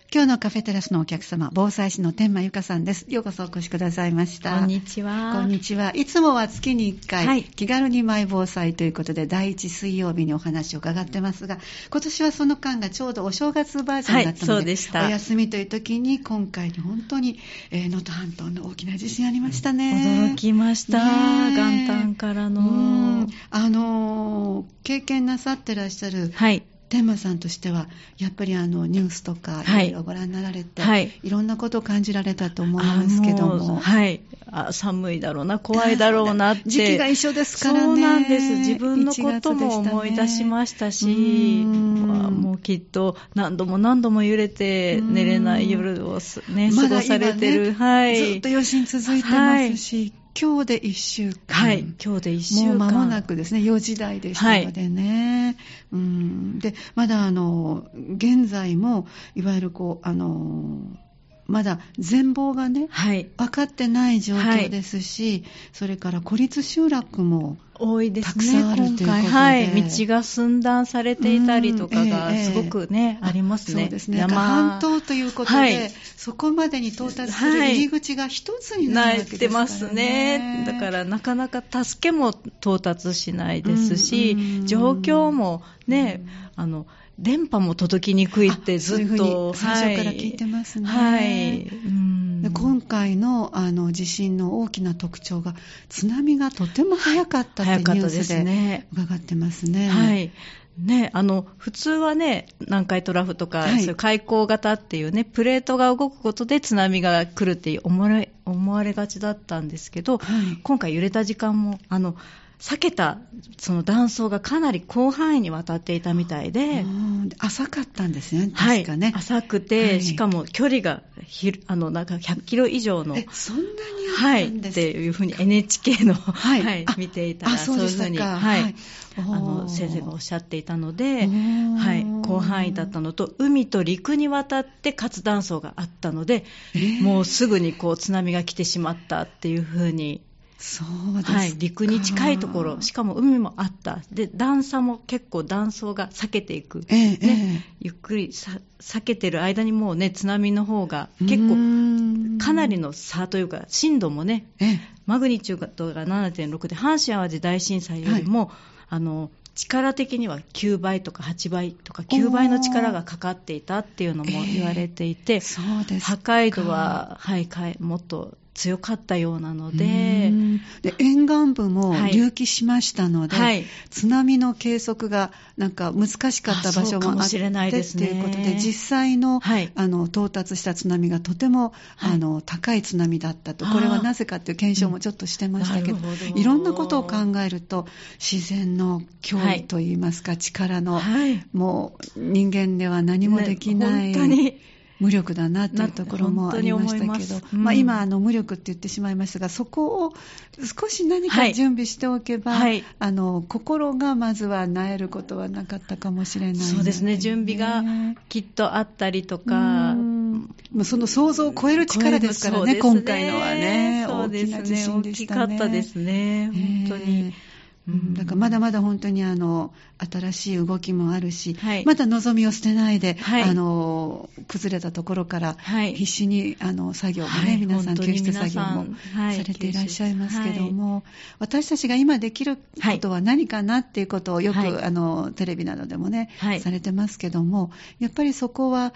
今日のカフェテラスのお客様、防災士の天満由香さんです。ようこそお越しくださいました。 こんにちは。 こんにちは。いつもは月に1回、気軽にマイ防災ということで、第1水曜日にお話を伺ってますが、今年はその間がちょうどお正月バージョンだったので、 そうでした。 お休みという時に、今回に本当に能登半島の大きな地震ありましたね。 驚きました。元旦からの。 経験なさってらっしゃる。 はい。 天満さんとしてはやっぱりニュースとかいろいろご覧になられて、いろんなことを感じられたと思いますけども、 寒いだろうな、怖いだろうなって時期が一緒ですからね。 そうなんです。自分のことも思い出しましたし、もうきっと何度も揺れて寝れない夜を、ね、過ごされてる、 ずっと余震続いてますし、今日で1週間。 今日で1週間。 もう間もなくですね、4時台でしたのでね。で、まだ現在も、いわゆるまだ全貌がね、分かってない状況ですし、それから孤立集落も多いですね、 たくさんあるということで、 道が寸断されていたりとかがすごくね、ありますね。 そうですね。半島ということで、そこまでに到達する入り口が一つになるわけですからね。 なってますね。だからなかなか助けも到達しないですし、状況もね、電波も届きにくいってずっと最初から聞いてますね。で今回の地震の大きな特徴が津波がとても早かったってニュースで伺ってますね。 普通はね、南海トラフとか、そういう海溝型っていうね、プレートが動くことで津波が来るって思われがちだったんですけど、今回揺れた時間も避けたその断層がかなり広範囲にわたっていたみたいで、 浅かったんですね、確かね。 浅くて、しかも距離がなんか100キロ以上の、 そんなにあったんですか、 っていうふうに NHK の、見ていたら、そういうふうに、先生がおっしゃっていたので、広範囲だったのと、海と陸にわたって活断層があったので、もうすぐに津波が来てしまったっていうふうに。 そうですか。 陸に近いところ、しかも海もあった。で、段差も結構断層が避けていく。ゆっくり避けてる間にもうね、津波の方が結構かなりの差というか、震度もね、マグニチュードが 7.6 で、阪神淡路大震災よりも、力的には9倍とか8倍とか9倍の力がかかっていたっていうのも言われていて、 そうですか。 破壊度は、もっと強かったようなので、 沿岸部も隆起しましたので、津波の計測がなんか難しかった場所もあってということで、実際の、到達した津波がとても、高い津波だったと。これはなぜかという検証もちょっとしてましたけど、いろんなことを考えると自然の脅威といいますか、力の、もう人間では何もできない、本当に無力だなというところもありましたけど、今無力って言ってしまいましたが、そこを少し何か準備しておけば、心がまずは萎えることはなかったかもしれない、 そうですね。準備がきっとあったりとか、 その想像を超える力ですからね、今回のはね、 大きな地震でしたね。大きかったですね、本当に。 だからまだまだ本当に新しい動きもあるし、まだ望みを捨てないで、崩れたところから必死に作業もね、皆さん救出作業もされていらっしゃいますけども、私たちが今できることは何かなっていうことをよく、テレビなどでもね、されてますけども、やっぱりそこは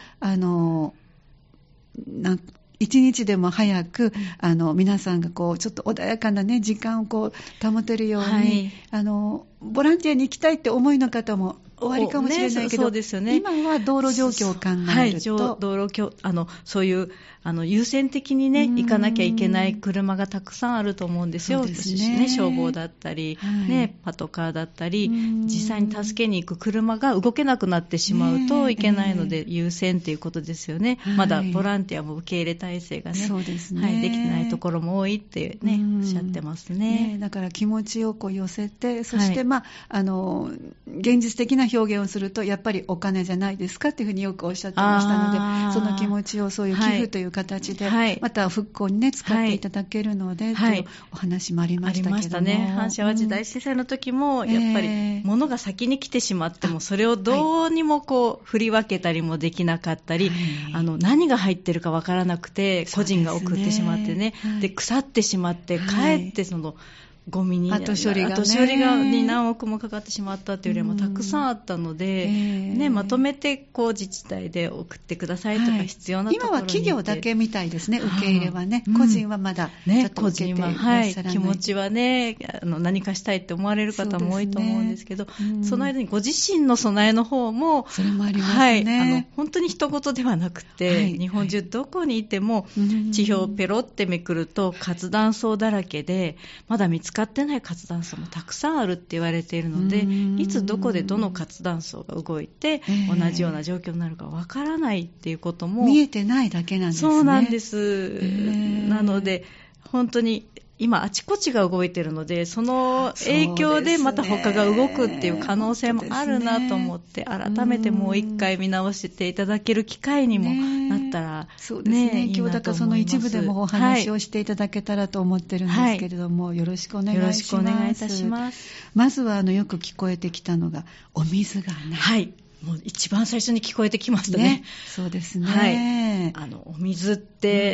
一日でも早く皆さんがちょっと穏やかな、ね、時間を保てるように、ボランティアに行きたいって思いの方も終わりかもしれないけど、今は道路状況を考えると、 道路そういう優先的にね、行かなきゃいけない車がたくさんあると思うんですよ。そうですね。消防だったり、パトカーだったり、実際に助けに行く車が動けなくなってしまうといけないので、優先ということですよね。まだボランティアも受け入れ体制がね、 そうですね。 できないところも多いってね、おっしゃってますね。 だから気持ちを寄せて、そして現実的な表現をするとやっぱりお金じゃないですかっていうふうによくおっしゃってましたので、その気持ちをそういう寄付という形で、はい、また復興にね使っていただけるので、はい、というお話もありましたけども、ありましたね。 阪神・淡路大震災の時もやっぱり物が先に来てしまってもそれをどうにもこう振り分けたりもできなかったり、何が入ってるかわからなくて個人が送ってしまってね、で腐ってしまってかえってそのゴミに後処理がに何億もかかってしまったという例もたくさんあったので、ね、まとめてこう自治体で送ってくださいとか必要なところに、 今は企業だけみたいですね、受け入れはね、個人はまだちょっと受けていらっしゃらない、 気持ちはね何かしたいって思われる方も多いと思うんですけど、 その間にご自身の備えの方もそれもありますね、 本当に人事ではなくて、日本中どこにいても地表をペロってめくると活断層だらけで、まだ見つかってない活断層もたくさんあるって言われているので、いつどこでどの活断層が動いて同じような状況になるかわからないっていうことも見えてないだけなんですね。 そうなんです。なので本当に今あちこちが動いているので、その影響でまた他が動くっていう可能性もあるなと思って、改めてもう一回見直していただける機会にもなったら、 そうですね、今日だからその一部でもお話をしていただけたらと思ってるんですけれども、よろしくお願いします。 よろしくお願いいたします。 まずはよく聞こえてきたのがお水がない。 はい、もう一番最初に聞こえてきましたね。 そうですね。 はい、お水って、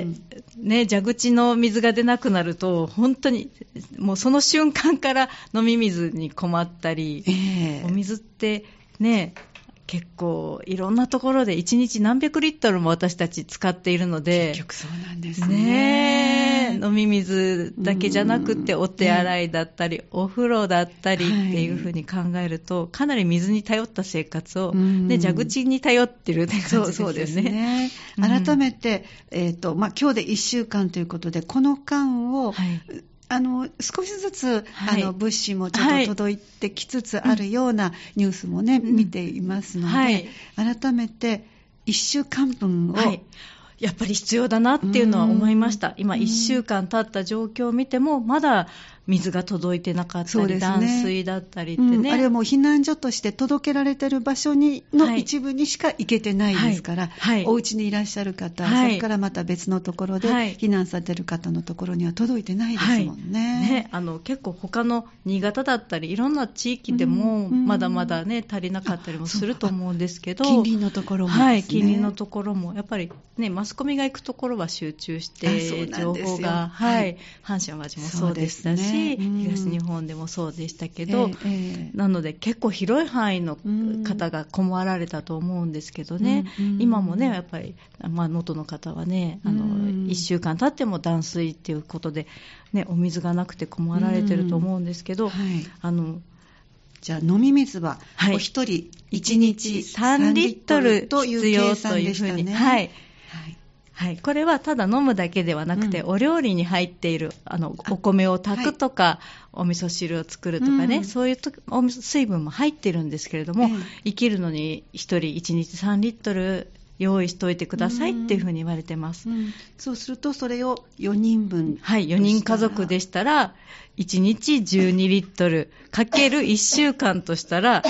蛇口の水が出なくなると本当にもうその瞬間から飲み水に困ったり、お水ってね結構いろんなところで1日何百リットルも私たち使っているので、 結局そうなんですね。 飲み水だけじゃなくてお手洗いだったり、お風呂だったりっていうふうに考えると、かなり水に頼った生活を、蛇口に頼ってるって感じですよね。 そうですね。改めて、今日で1週間ということで、この間を、少しずつ、物資もちょっと届いてきつつあるようなニュースもね、見ていますので、改めて1週間分を、 やっぱり必要だなっていうのは思いました。今1週間経った状況を見てもまだ水が届いてなかったり、断水だったりってね、 あれはもう避難所として届けられている場所の一部にしか行けてないですから、お家にいらっしゃる方、それからまた別のところで避難されている方のところには届いてないですもんね。 結構他の新潟だったりいろんな地域でもまだまだね足りなかったりもすると思うんですけど、 近隣のところもですね、 近隣のところもやっぱりね、マスコミが行くところは集中して情報が、阪神・淡路もそうでしたし、東日本でもそうでしたけど、なので結構広い範囲の方が困られたと思うんですけどね、今もねやっぱり能登の方はね1週間経っても断水っていうことで、ね、お水がなくて困られてると思うんですけど、 じゃあ飲み水はお一人1日3リットルという計算でしたね。 これはただ飲むだけではなくて、お料理に入っているお米を炊くとか、お味噌汁を作るとかね、そういう水分も入っているんですけれども、生きるのに1人1日3リットル用意しておいてくださいっていうふうに言われてます。 そうするとそれを4人分、 4人家族でしたら1日12リットルかける1週間としたら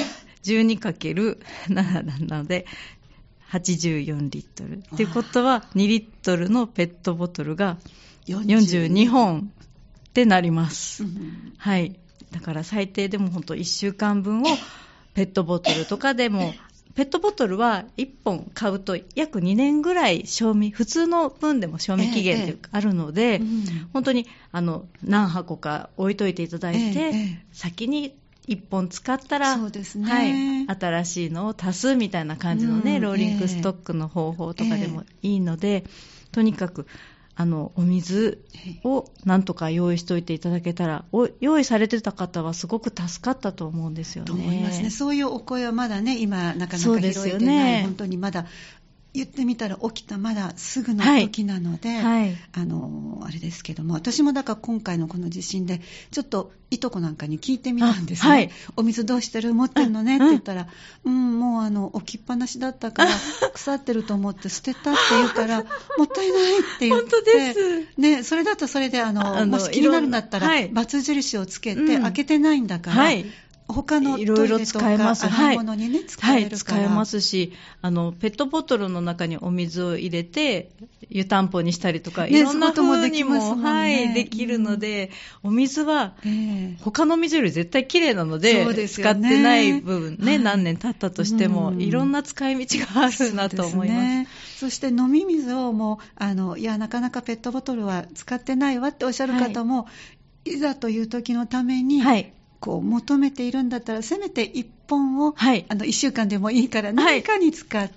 12×7 なので84リットルっていうことは2リットルのペットボトルが42本ってなります。だから最低でも本当1週間分をペットボトルとかでも、ペットボトルは1本買うと約2年ぐらい普通の分でも賞味期限ってあるので、本当に何箱か置いといていただいて、先に1本使ったら、新しいのを足すみたいな感じのね、ローリングストックの方法とかでもいいので、とにかくお水をなんとか用意しておいていただけたら、用意されてた方はすごく助かったと思うんですよね。 と思いますね。そういうお声はまだね、今なかなか拾えてない、本当にまだ言ってみたら起きたまだすぐの時なので、あれですけども、私もだから今回のこの地震でちょっといとこなんかに聞いてみたんですね。お水どうしてる？持ってるのねって言ったら、もう置きっぱなしだったから腐ってると思って捨てたって言うからもったいないって言って、 本当ですね。 それだとそれでもし気になるんだったらバツ印をつけて、開けてないんだから他のトイレとかいろいろ使えます。 洗い物にね、使えるから、 使えますし、ペットボトルの中にお水を入れて湯たんぽにしたりとか、いろんな風にもできるので、お水は他の水より絶対綺麗なので、使ってない部分ね、何年経ったとしても、いろんな使い道があるなと思います。 そして飲み水をもういやなかなかペットボトルは使ってないわっておっしゃる方も、いざという時のために、こう求めているんだったらせめて1本を、1週間でもいいから何かに使って、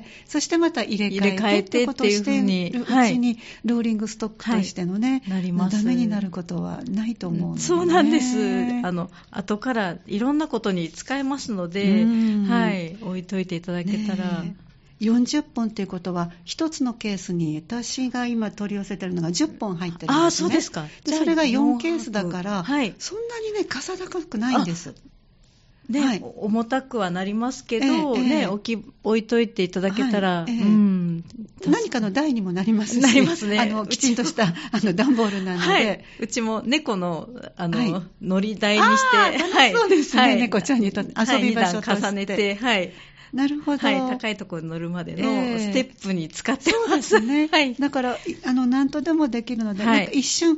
そしてまた入れ替えてってことをしているうちにローリングストックとしてのね、ダメになることはないと思うので、ね、 そうなんです。後からいろんなことに使えますので、置いといていただけたら、 40本ということは1つのケースに私が今取り寄せてるのが10本入ってるんですね。 そうですか。 それが4ケースだから、そんなにねかさ高くないんです。 重たくはなりますけど、置いといていただけたら、 何かの台にもなりますし、 なりますね。 きちんとした段ボールなので、 うちも猫の乗り台にして、 そうですね、猫ちゃんにとって遊び場所として重ねて、 なるほど、 高いところに乗るまでのステップに使ってます。 そうですね。だから何とでもできるので、なんか一瞬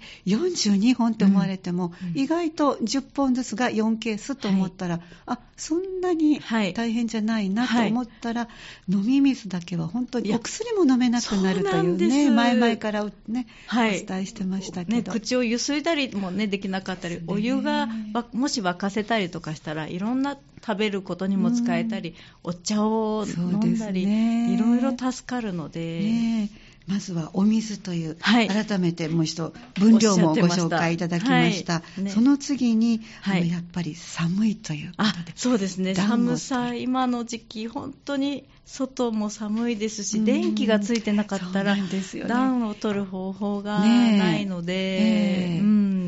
42本って思われても、意外と10本ずつが4ケースと思ったら、そんなに大変じゃないなと思ったら、飲み水だけは本当にお薬も飲めなくなるというね、前々からね、お伝えしてましたけど、 口をゆすいだりもねできなかったり、お湯がもし沸かせたりとかしたら、いろんな食べることにも使えたり、お茶を飲んだり、いろいろ助かるので、 まずはお水という、改めてもう一度分量もご紹介いただきました。その次に、やっぱり寒いということで、 そうですね、寒さ、今の時期本当に外も寒いですし、電気がついてなかったら、暖を取る方法がないので、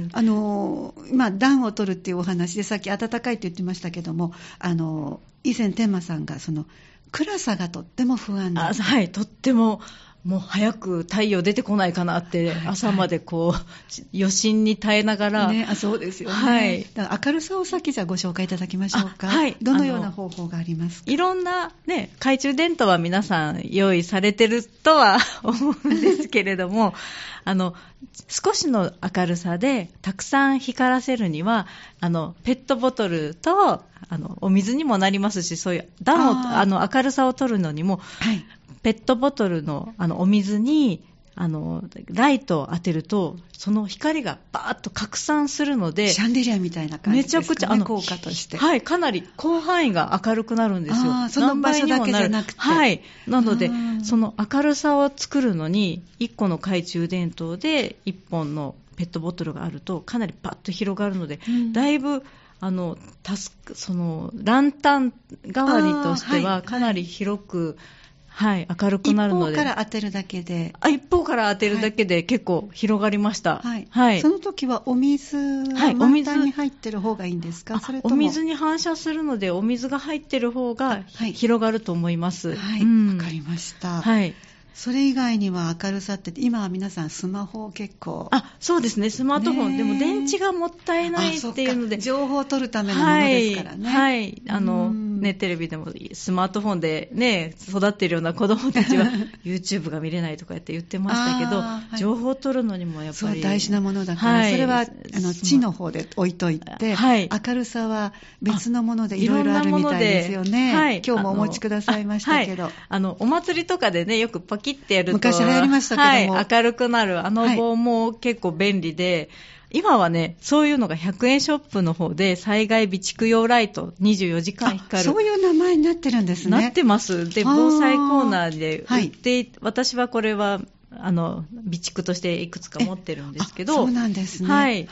暖を取るっていうお話で、さっき暖かいって言ってましたけども、以前天馬さんが暗さがとっても不安だ、 とってももう早く太陽出てこないかなって、朝まで余震に耐えながら、 そうですよね、だから明るさを先じゃご紹介いただきましょうか。どのような方法がありますか。 いろんな、懐中電灯は皆さん用意されてるとは思うんですけれども少しの明るさでたくさん光らせるには、ペットボトルとお水にもなりますし、そういう暖を明るさを取るのにも、ペットボトルのお水にライトを当てると、その光がバーッと拡散するので、 シャンデリアみたいな感じですかね、めちゃくちゃ効果として、 かなり広範囲が明るくなるんですよ。 その場所だけじゃなくて、 なのでその明るさを作るのに、1個の懐中電灯で1本のペットボトルがあるとかなりパッと広がるので、だいぶそのランタン代わりとしてはかなり広く、明るくなるので、 一方から当てるだけで、 結構広がりました。 その時はお水は満タンに入ってる方がいいんですか。それともお水に反射するので、お水が入ってる方が広がると思います。わかりました。それ以外には明るさって、今は皆さんスマホを結構、 そうですね、スマートフォンでも電池がもったいないっていうので、 情報を取るためのものですからね。 テレビでもスマートフォンで育っているような子どもたちはYouTube が見れないとか言ってましたけど、情報を取るのにもやっぱり大事なものだから、それは地の方で置いといて、明るさは別のものでいろいろあるみたいですよね。今日もお持ちくださいましたけど、 お祭りとかでね、よくパキッてやると昔流行りましたけども、 明るくなる棒も結構便利で、今はね、そういうのが100円ショップの方で、災害備蓄用ライト24時間光る、 そういう名前になってるんですね。 なってます。で、防災コーナーで売って私はこれは備蓄としていくつか持ってるんですけど、 そうなんですね。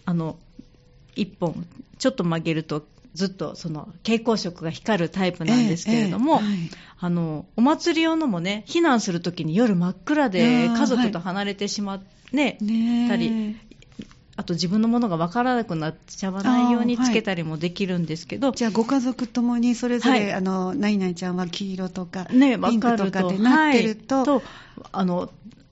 1本ちょっと曲げるとずっとその蛍光色が光るタイプなんですけれども、お祭り用のもね、避難するときに夜真っ暗で家族と離れてしまってたり、あと自分のものが分からなくなっちゃわないようにつけたりもできるんですけど、 じゃあご家族ともにそれぞれ、ナイナイちゃんは黄色とか、ピンクとかでなってると、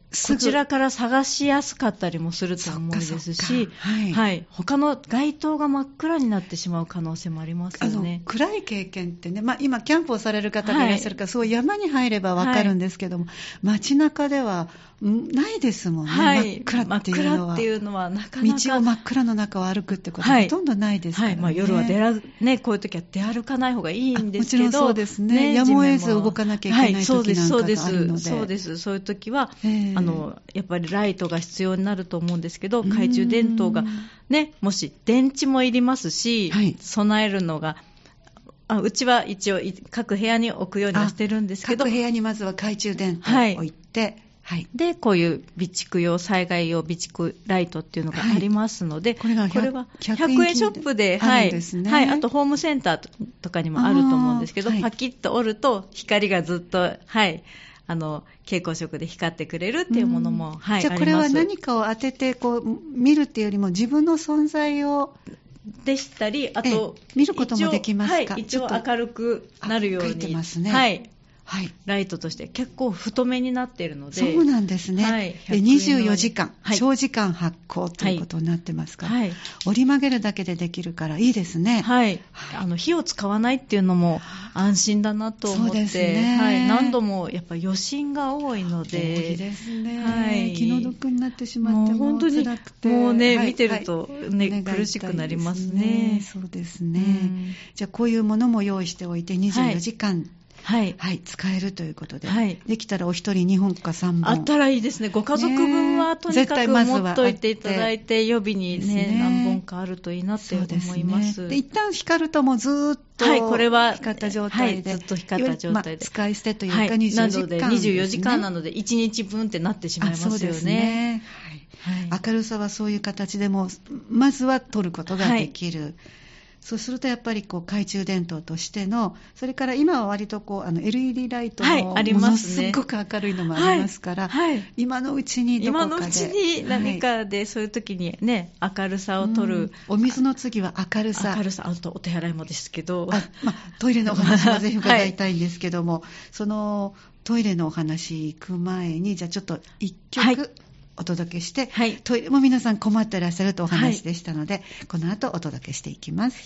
こちらから探しやすかったりもすると思うんですし、はい、他の街灯が真っ暗になってしまう可能性もありますよね。 暗い経験ってね、今キャンプをされる方がいらっしゃるから、そう山に入れば分かるんですけども、街中ではないですもんね、真っ暗っていうのは。 真っ暗っていうのはなかなか道を真っ暗の中を歩くってことはほとんどないですからね。 夜はこういう時は出歩かない方がいいんですけど、 もちろんそうですね。やむを得ず動かなきゃいけない時なんかがあるので、 そうです。そういう時はやっぱりライトが必要になると思うんですけど、懐中電灯がね、もし電池もいりますし、備えるのがうちは一応各部屋に置くようにはしてるんですけど、 各部屋にまずは懐中電灯を置いて、 でこういう備蓄用、災害用備蓄ライトっていうのがありますので、これは100円ショップで、あとホームセンターとかにもあると思うんですけど、パキッと折ると光がずっと、蛍光色で光ってくれるっていうものも、 じゃあこれは何かを当ててこう見るっていうよりも自分の存在をでしたり、あと見ることもできますか？ 一応明るくなるように、 書いてますね。 ライトとして結構太めになっているので。 そうなんですね。で24時間、長時間発光ということになってますから、折り曲げるだけでできるからいいですね。 火を使わないっていうのも安心だなと思って、そうですね。何度もやっぱり余震が多いので、 多いですね。気の毒になってしまってもう辛くて、 もうね、見てるとね、苦しくなりますね。 そうですね。じゃあこういうものも用意しておいて24時間、使えるということで、できたらお一人2本か3本あったらいいですね。ご家族分はとにかく持っといていただいて、予備にね、何本かあるといいなって思います。 で一旦光るともうずっとこれは光った状態で、 ずっと光った状態で、 使い捨てというか24時間ですね。 なので24時間なので1日分ってなってしまいますよね。そうですね。 明るさはそういう形でもまずは取ることができる。そうするとやっぱり懐中電灯としての、それから今は割とLED ライトもものすごく明るいのもありますから、今のうちにどこかで、 今のうちに何かでそういう時にね、明るさを取る、 お水の次は明るさ、 あとお手洗いもですけど、 トイレのお話もぜひ伺いたいんですけども、そのトイレのお話行く前に、じゃあちょっと一曲、お届けして、トイレも皆さん困ってらっしゃるとお話でしたので、この後お届けしていきます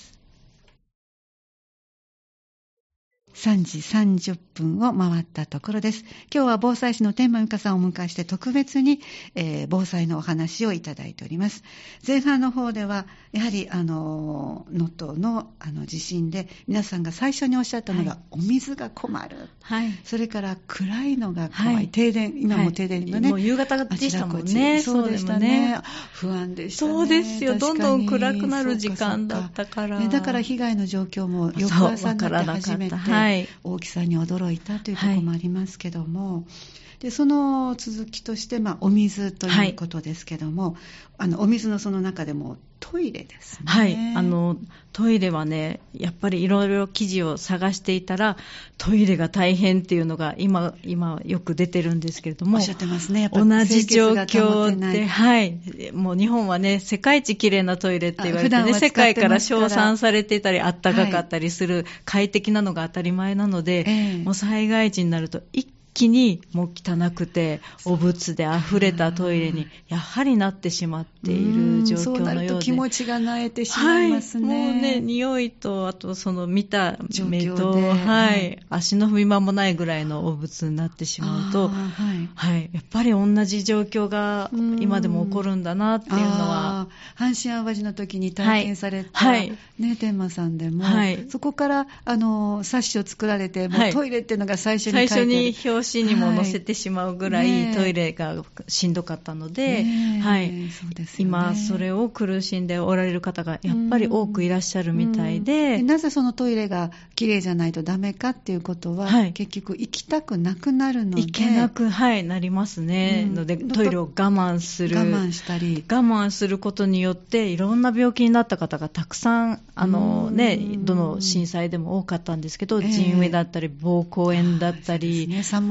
。3時30分を回ったところです。今日は防災士の天満由香さんをお迎えして特別に、防災のお話をいただいております。前半の方ではやはり能登の地震で皆さんが最初におっしゃったのが、お水が困る、それから暗いのが怖い、停電、今も停電がね、 もう夕方でしたもんね。 そうでしたね。不安でしたね。 そうですよ。どんどん暗くなる時間だったから。 だから被害の状況も翌朝になって初めて大きさに驚いたというところもありますけども、でその続きとして、お水ということですけども、お水のその中でもトイレですね。 トイレはね、やっぱりいろいろ記事を探していたら、トイレが大変っていうのが今よく出てるんですけれども、 おっしゃってますね。やっぱ同じ状況で、もう日本はね、世界一きれいなトイレって言われてね、世界から称賛されていたり、あったかかったりする、快適なのが当たり前なので、もう災害時になると一気にもう汚くてお物で溢れたトイレにやはりなってしまっている状況のようで、 そうなると気持ちが萎えてしまいますね。 もうね、匂いと、あとその見た目と、足の踏み場もないぐらいのお物になってしまうと、やっぱり同じ状況が今でも起こるんだなっていうのは、 阪神淡路の時に体験された、天満さんでも、そこから冊子を作られて、もうトイレっていうのが最初に書いてある、 表紙にも載せてしまうぐらい、トイレがしんどかったので、そうですよね、今それを苦しんでおられる方がやっぱり多くいらっしゃるみたいで、 なぜそのトイレがきれいじゃないとダメかっていうことは、結局行きたくなくなるので、 行けなく、なりますね、のでトイレを我慢したり、 我慢することによっていろんな病気になった方がたくさんどの震災でも多かったんですけど、腎盂だったり膀胱炎だったり、 寒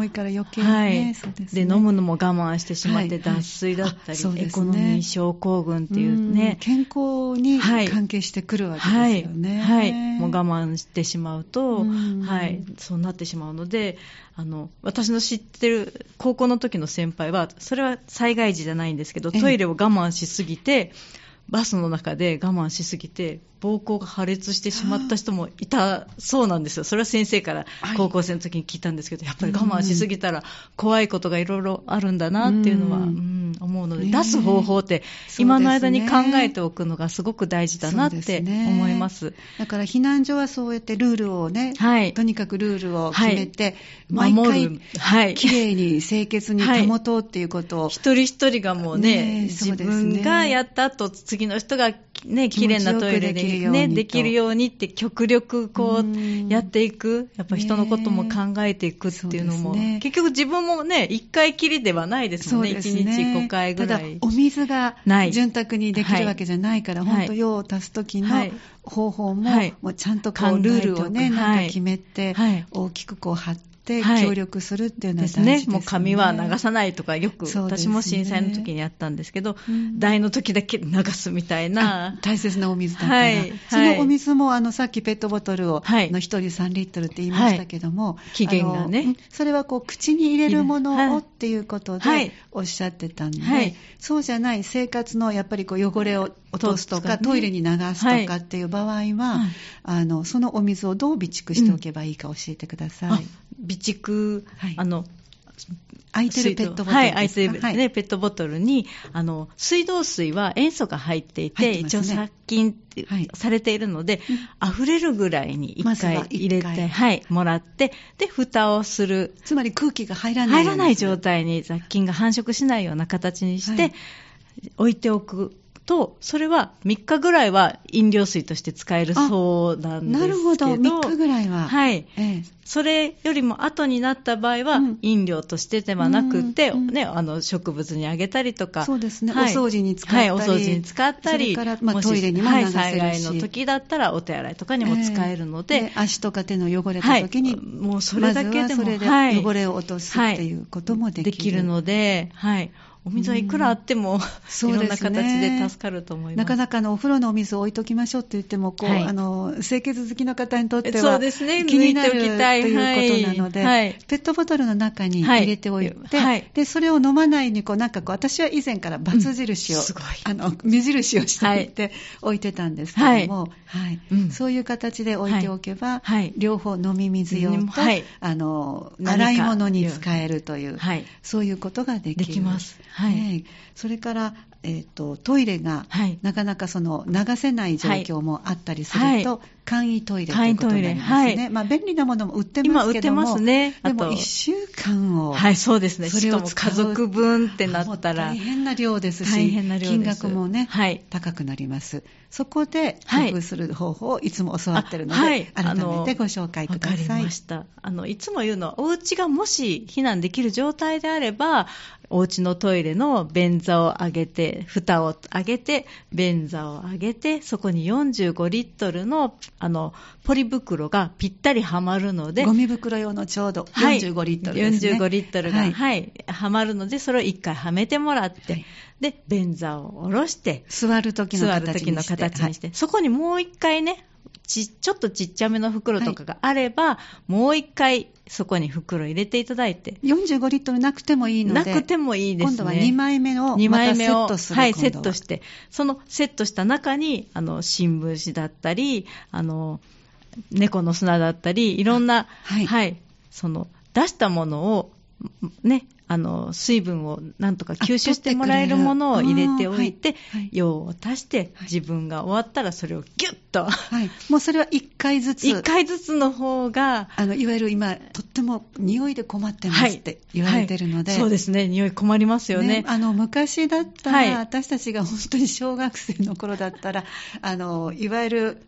寒いから余計にね、はい、そうですね。 で飲むのも我慢してしまって、脱水だったり、エコノミー症候群っていうね、 健康に関係してくるわけですよね。 はい、もう我慢してしまうと、はい、そうなってしまうので、私の知ってる高校の時の先輩は、それは災害時じゃないんですけど、トイレを我慢しすぎて、バスの中で我慢しすぎて膀胱が破裂してしまった人もいたそうなんですよ。それは先生から高校生の時に聞いたんですけど、やっぱり我慢しすぎたら怖いことがいろいろあるんだなっていうのは、思うので、出す方法って今の間に考えておくのがすごき大事だなって思います。 だから避難所はそうやってルールをね、とにかくルールを決めて、毎回きれいに清潔に保とうっていうことを、 一人一人がもうね、自分がやった後次の人がね、きれいなトイレでね、できるようにって極力こうやっていく、やっぱ人のことも考えていくっていうのも、結局自分もね、1回きりではないですもんね、1日5回ぐらい。 ただお水が潤沢にできるわけじゃないから、本当用を足す時の方法も、もうちゃんとこうルールをね、なんか決めて、大きくこう貼って協力するっていうのは大事ですね。 もう紙は流さないとか、よく私も震災の時にやったんですけど、台の時だけ流すみたいな大切なお水だから、そのお水もさっきペットボトルを1人3リットルって言いましたけども、 期限がね、 それはこう口に入れるものをっていうことでおっしゃってたんで、そうじゃない生活のやっぱりこう汚れを落とすとか、トイレに流すとかっていう場合は、そのお水をどう備蓄しておけばいいか教えてください。 備蓄、 空いてるペットボトルですか？ 空いてる、ペットボトルに水道水は塩素が入っていて、一応殺菌されているので、溢れるぐらいに1回入れて、もらって、で蓋をする。 つまり空気が入らない状態に、雑菌が繁殖しないような形にして置いておくと、それは3日ぐらいは飲料水として使えるそうなんですけど。なるほど、 3日ぐらいは。 それよりも後になった場合は、飲料としてではなくて、植物にあげたりとか。 そうですね、お掃除に使ったり。 お掃除に使ったり。 それから、トイレにも流せるし。 災害の時だったらお手洗いとかにも使えるので。 足とか手の汚れた時に、 もうそれだけでも、 まずはそれで汚れを落とすっていうこともできるので、お水はいくらあっても、いろんな形で助かると思います。 なかなかお風呂のお水を置いときましょうって言っても、清潔好きの方にとっては気になるということなので、ペットボトルの中に入れておいて、でそれを飲まないになんか私は以前からバツ印を、目印をしておいて置いてたんですけども、そういう形で置いておけば、両方飲み水用と、洗い物に使えるという、そういうことができます。それから、トイレが、なかなか流せない状況もあったりすると、簡易トイレということになりますね。便利なものも売ってますけども、 今売ってますね。 でも1週間を、 そうですね。しかも家族分ってなったら大変な量ですし、金額もね、高くなります。そこで工夫する方法をいつも教わっているので、改めてご紹介ください。 わかりました。いつも言うのは、お家がもし避難できる状態であれば、お家のトイレの便座を上げて、蓋を上げて、便座を上げて、そこに45リットルのポリ袋がぴったりはまるので、 ゴミ袋用のちょうど45リットルですね。 45リットルが、はまるので、それを1回はめてもらって、で便座を下ろして座る時の形にして、 そこにもう1回ね、ちょっとちっちゃめの袋とかがあれば、もう1回そこに袋入れていただいて、 45リットルなくてもいいので、 なくてもいいですね。 今度は2枚目をまたセットする。 セットして、そのセットした中に新聞紙だったり、猫の砂だったり、いろんな、その出したものをね、水分をなんとか吸収してもらえるものを入れておいて、用を足して、自分が終わったらそれをギュッと、 もうそれは1回ずつの方が、 いわゆる今とっても匂いで困ってますって言われてるので、 そうですね、匂い困りますよね。 昔だったら、私たちが本当に小学生の頃だったら、いわゆる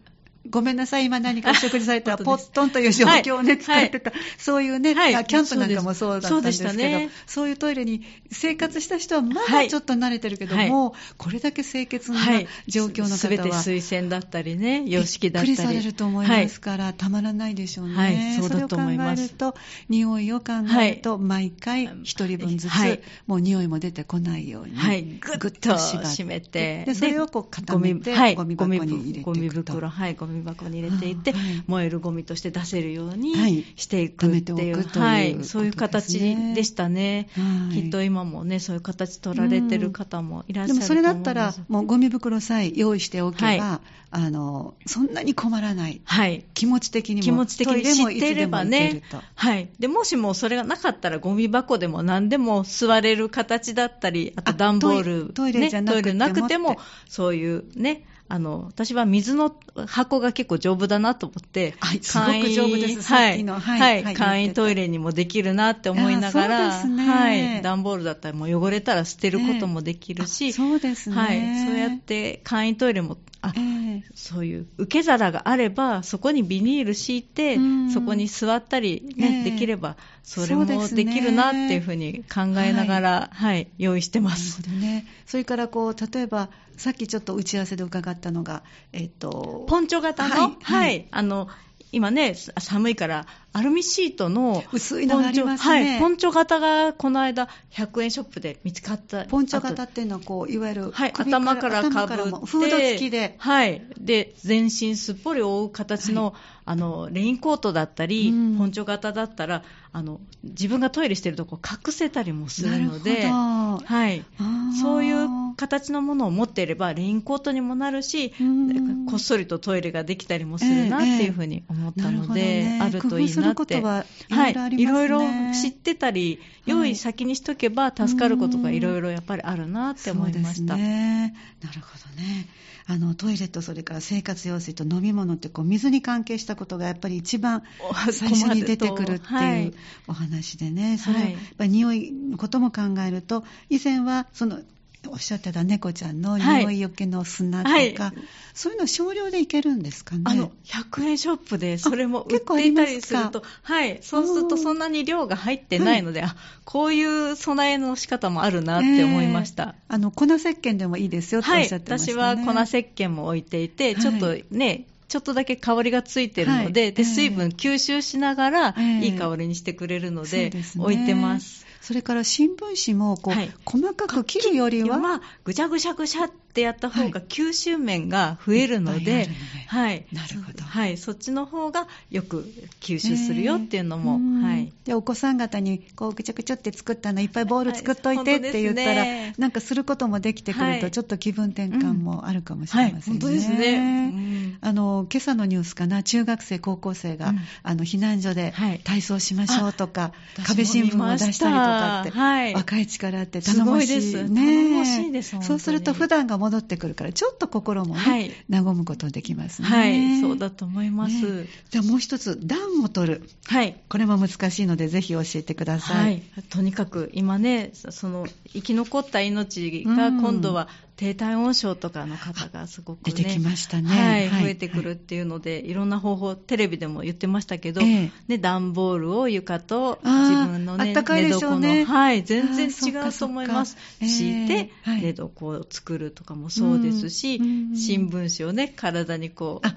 ごめんなさい、今何かお食事されたらポットンという状況をね、使ってた、そういうね、キャンプなんかもそうだったんですけど、そういうトイレに生活した人はまだちょっと慣れてるけども、これだけ清潔な状況の方は、 全て水洗だったりね、洋式だったり。 びっくりされると思いますから、たまらないでしょうね。 そうだと思います。 それを考えると、匂いを考えると、毎回一人分ずつ、もう匂いも出てこないように、 ぐっと締めて、 でそれをこう固めて、ゴミ箱に入れていくと。 ゴミ袋、ゴミ箱に入れていって、燃えるゴミとして出せるようにしていくっていう、そういう形でしたね。きっと今もね、そういう形取られてる方もいらっしゃると思います。でもそれだったら、 もうゴミ袋さえ用意しておけば、そんなに困らない。気持ち的にも知っていればね。でもしもそれがなかったら、ゴミ箱でも何でも座れる形だったり、あと段ボール、 トイレじゃなくても、そういうね、私は水の箱が結構丈夫だなと思って、 すごく丈夫です。 簡易トイレにもできるなって思いながら、段ボールだったらもう汚れたら捨てることもできるし、 そうですね。 そうやって簡易トイレもそういう受け皿があれば、そこにビニール敷いて、そこに座ったり、できれば、それもできるなっていうふうに考えながら、用意してます。 なるほどね。それから例えば、さっきちょっと打ち合わせで伺ったのが、 ポンチョ型の、今ね、寒いからアルミシートの薄いのがありますね。 ポンチョ型がこの間100円ショップで見つかった。 ポンチョ型っていうのはいわゆる頭からかぶって、 フード付きで、 で全身すっぽり覆う形の、レインコートだったり、ポンチョ型だったら自分がトイレしてるとこ隠せたりもするので、そういう形のものを持っていればレインコートにもなるし、こっそりとトイレができたりもするなっていうふうに思ったので、あるといいなって、いろいろ知ってたり、用意先にしとけば助かることがいろいろやっぱりあるなって思いました。 なるほどね。トイレとそれから生活用水と飲み物って水に関係したことがやっぱり一番最初に出てくるっていうお話でね、それやっぱり匂いのことも考えると、以前はおっしゃってた猫ちゃんの匂いよけの砂とか、そういうの少量でいけるんですかね。 100円ショップでそれも売っていたりすると、そうするとそんなに量が入ってないので、こういう備えの仕方もあるなって思いました。 粉石鹸でもいいですよっておっしゃってましたね。 私は粉石鹸も置いていて、ちょっとね、ちょっとだけ香りがついてるので、水分吸収しながらいい香りにしてくれるので、置いてます。 それから新聞紙も細かく切るよりは、 ぐしゃぐしゃぐしゃってやった方が吸収面が増えるので、 なるほど。 そっちの方がよく吸収するよっていうのも、 でお子さん方にぐちゃぐちゃって作ったのいっぱいボール作っといてって言ったら、なんかすることもできてくると、ちょっと気分転換もあるかもしれませんね。 本当ですね。 今朝のニュースかな、中学生高校生が、避難所で体操しましょうとか、壁新聞を出したりとかって、若い力って頼もしいですね。 頼もしいです。 そうすると普段が戻ってくるから、ちょっと心もね、和むことできますね。 そうだと思います。 じゃあもう一つ、暖を取る。これも難しいので、ぜひ教えてください。 とにかく今ね、生き残った命が今度は低体温症とかの方がすごく、 出てきましたね。 増えてくるっていうので、いろんな方法、テレビでも言ってましたけど、段ボールを床と自分のね、寝床の、全然違うと思います。敷いて、寝床を作るとかもそうですし、新聞紙をね、体に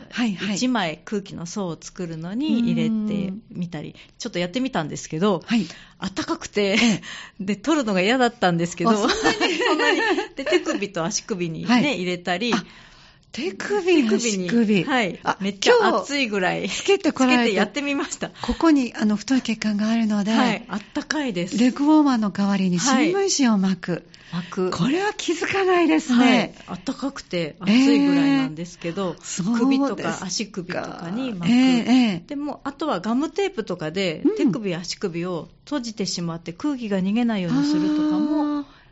1枚空気の層を作るのに入れてみたり、ちょっとやってみたんですけど、暖かくて、で、取るのが嫌だったんですけど、そんなに、で、手首と足首にね、入れたり、 手首に、 めっちゃ熱いぐらいつけてやってみました。 ここに太い血管があるので、 あったかいです。 レッグウォーマーの代わりに新聞紙を巻く。これは気づかないですね。 あったかくて熱いぐらいなんですけど、首とか足首とかに巻く。でもあとはガムテープとかで手首足首を閉じてしまって空気が逃げないようにするとかも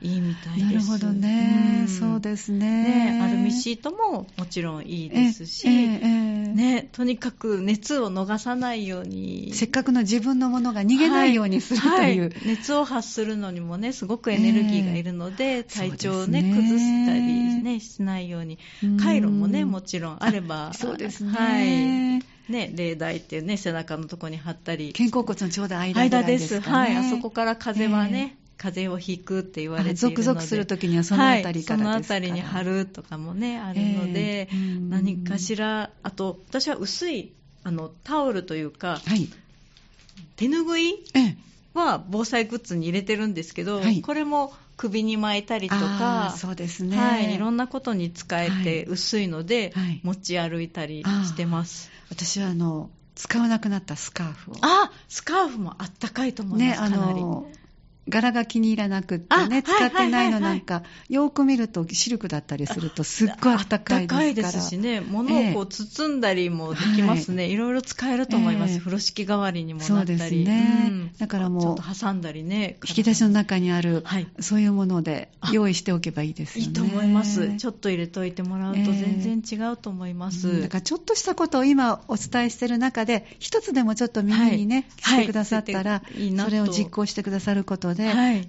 いいみたいです。 なるほどね、そうですね。 アルミシートももちろんいいですし、ね、とにかく熱を逃さないように、 せっかくの自分のものが逃げないようにするという、 熱を発するのにもね、すごくエネルギーがいるので、体調をね、崩したりね、しないように、カイロもね、もちろんあれば、 そうですね。 ね、冷台っていうね、背中のとこに貼ったり、 肩甲骨のちょうど間ですかね。 あそこから風はね、風邪をひくって言われているので、 ゾクゾクするときにはそのあたりからですから、 そのあたりに貼るとかもね、あるので、何かしら、あと私は薄いタオルというか、手ぬぐいは防災グッズに入れてるんですけど、これも首に巻いたりとか、 そうですね、 いろんなことに使えて薄いので、持ち歩いたりしてます。 私は使わなくなったスカーフを。 スカーフもあったかいと思います、かなり。 柄が気に入らなくってね、使ってないのなんか、よく見るとシルクだったりするとすっごいあったかいですから。あったかいですしね、物をこう包んだりもできますね。いろいろ使えると思います。風呂敷代わりにもなったり。そうですね。だからもう、ちょっと挟んだりね。引き出しの中にある、そういうもので用意しておけばいいですよね。 いいと思います。ちょっと入れといてもらうと全然違うと思います。 だからちょっとしたことを今お伝えしている中で、一つでもちょっと耳にね、してくださったら、それを実行してくださることで、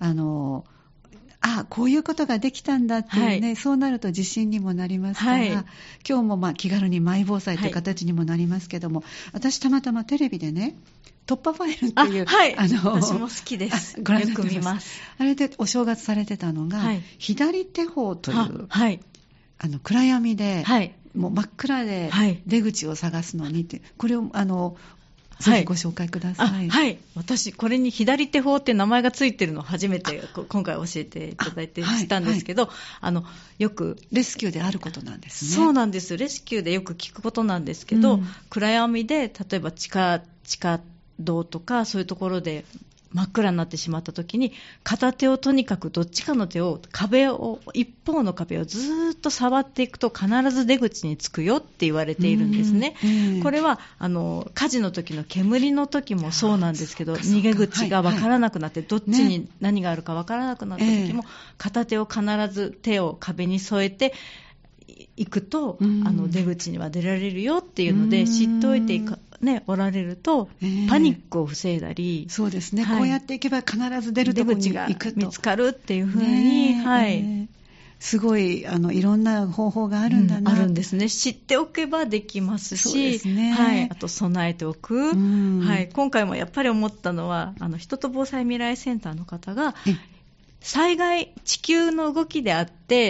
こういうことができたんだっていうね、そうなると自信にもなりますから、今日も気軽にマイ防災という形にもなりますけども、私たまたまテレビでね、突破ファイルっていう、 私も好きです。ご覧になってます。よく見ます。 あれでお正月されてたのが、左手法という、暗闇で、もう真っ暗で出口を探すのにって、これをぜひご紹介ください。 私これに左手法って名前がついてるのを初めて今回教えていただいて知ったんですけど、よくレスキューであることなんですね。 そうなんです。レスキューでよく聞くことなんですけど、暗闇で例えば地下道とかそういうところで真っ暗になってしまった時に、片手をとにかくどっちかの手を一方の壁をずーっと触っていくと必ず出口に着くよって言われているんですね。これは火事の時の煙の時もそうなんですけど、逃げ口が分からなくなって、どっちに何があるか分からなくなった時も、片手を必ず手を壁に添えて行くと、出口には出られるよっていうので知っておいておられると、パニックを防いだり、 そうですね、こうやっていけば必ず出るところに行くと見つかるっていうふうに、 すごいいろんな方法があるんだな、 あるんですね。知っておけばできますし、あと備えておく、今回もやっぱり思ったのは、人と防災未来センターの方が災害、地球の動きであって、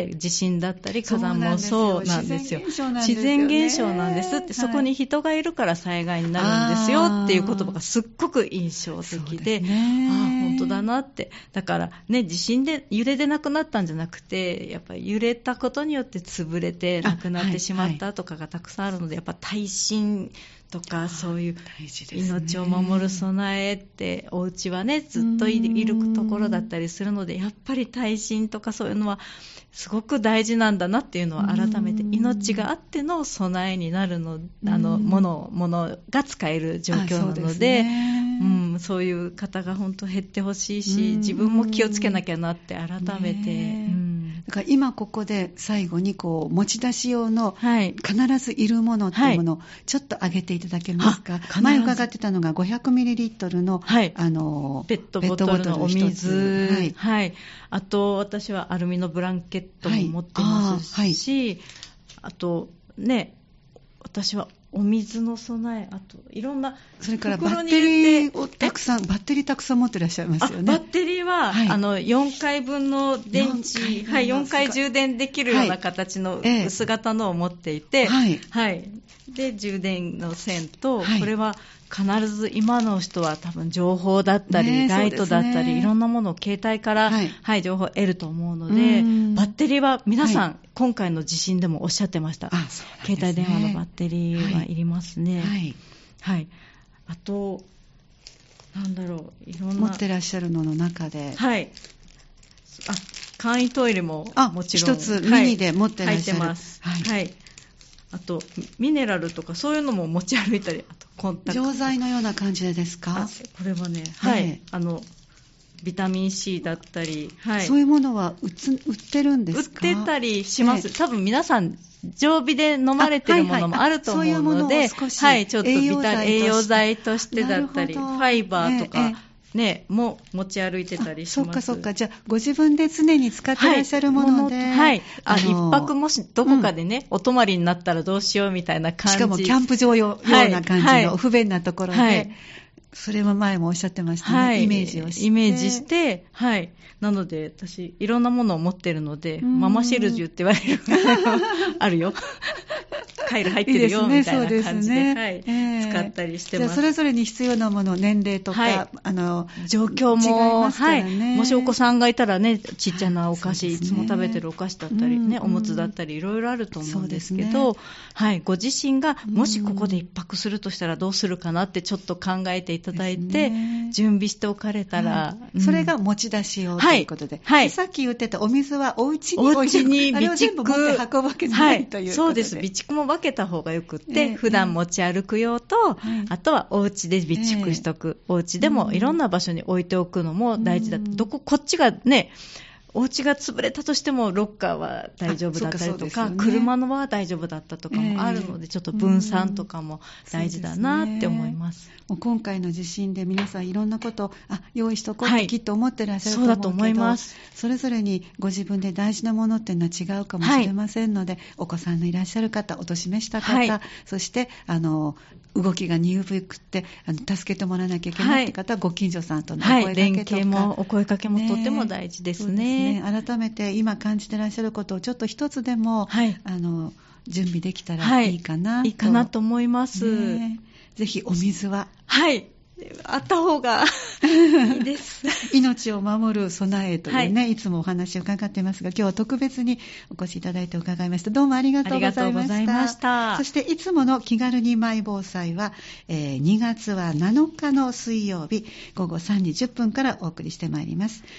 地震だったり火山もそうなんですよ。自然現象なんですって、そこに人がいるから災害になるんですよっていう言葉がすっごく印象的で、本当だなって。だからね、地震で揺れでなくなったんじゃなくて、やっぱり揺れたことによって潰れてなくなってしまったとかがたくさんあるので、やっぱ耐震とかそういう命を守る備えって、お家はねずっといるところだったりするので、やっぱり耐震とかそういうのはすごく大事なんだなっていうのを改めて、命があっての備えになるものが使える状況なので、そういう方が本当減ってほしいし、自分も気をつけなきゃなって改めて、 だから今ここで最後に持ち出し用の必ずいるものっていうものをちょっと挙げていただけますか。前伺ってたのが 500ml の、 ペットボトルのお水、あと私はアルミのブランケットも持ってますし、あとね、私はお水の備え、あといろんな、 それからバッテリーをたくさん持ってらっしゃいますよね。 バッテリーは、4回分の電池、4回充電できるような形の薄型のを持っていて、で充電の線と、これは必ず今の人は多分情報だったり、ライトだったり、いろんなものを携帯から、情報を得ると思うので、バッテリーは皆さん、今回の地震でもおっしゃってました。携帯電話のバッテリーはいりますね。あといろんな持ってらっしゃるのの中で、 簡易トイレももちろん一つミニで持ってらっしゃる。 入ってます。あとミネラルとかそういうのも持ち歩いたり、あとコンタクト、 錠剤のような感じでですか。 これはね、 ビタミン C だったり、 そういうものは売ってるんですか？ 売ってたりします。多分皆さん常備で飲まれてるものもあると思うので、ちょっと栄養剤としてだったり、ファイバーとか、も持ち歩いてたりします。 そっか。じゃあご自分で常に使ってらっしゃるもので、 一泊もしどこかでね、お泊まりになったらどうしようみたいな感じ。 しかもキャンプ場ような感じの不便なところで、それは前もおっしゃってましたね。イメージして、 なので私いろんなものを持ってるので、ママシェルジュって言われるあるよ。カイル入ってるよみたいな感じで、使ったりしてます。 じゃあそれぞれに必要なもの、年齢とか、 状況も違いますからね。 もしお子さんがいたらね、ちっちゃなお菓子、いつも食べてるお菓子だったりね、おむつだったりいろいろあると思うんですけど、ご自身がもしここで一泊するとしたらどうするかなってちょっと考えていただいて、準備しておかれたら、 それが持ち出し用ということで、さっき言ってたお水はお家に置いて、あれを全部持って運ぶわけじゃないということで、 そうです。備蓄も分けた方がよくって、普段持ち歩く用と、あとはお家で備蓄しとく、お家でもいろんな場所に置いておくのも大事だと。こっちがね、お家が潰れたとしてもロッカーは大丈夫だったりとか、車のは大丈夫だったとかもあるので、ちょっと分散とかも大事だなって思います。 もう今回の地震で皆さんいろんなことを用意しとこうってきっと思ってらっしゃると思うけど、 そうだと思います。 それぞれにご自分で大事なものっていうのは違うかもしれませんので、お子さんのいらっしゃる方、お年召した方、そして動きが鈍くって助けてもらわなきゃいけないって方は、ご近所さんとのお声かけとか、 連携もお声かけもとっても大事ですね。 改めて今感じてらっしゃることをちょっと一つでも、準備できたらいいかなと、 いいかなと思います。 ぜひお水はあった方がいいです。 命を守る備えというね、いつもお話を伺っていますが、今日は特別にお越しいただいて伺いました。どうもありがとうございました。そしていつもの気軽にマイ防災は、2月は7日の水曜日午後3時10分からお送りしてまいります。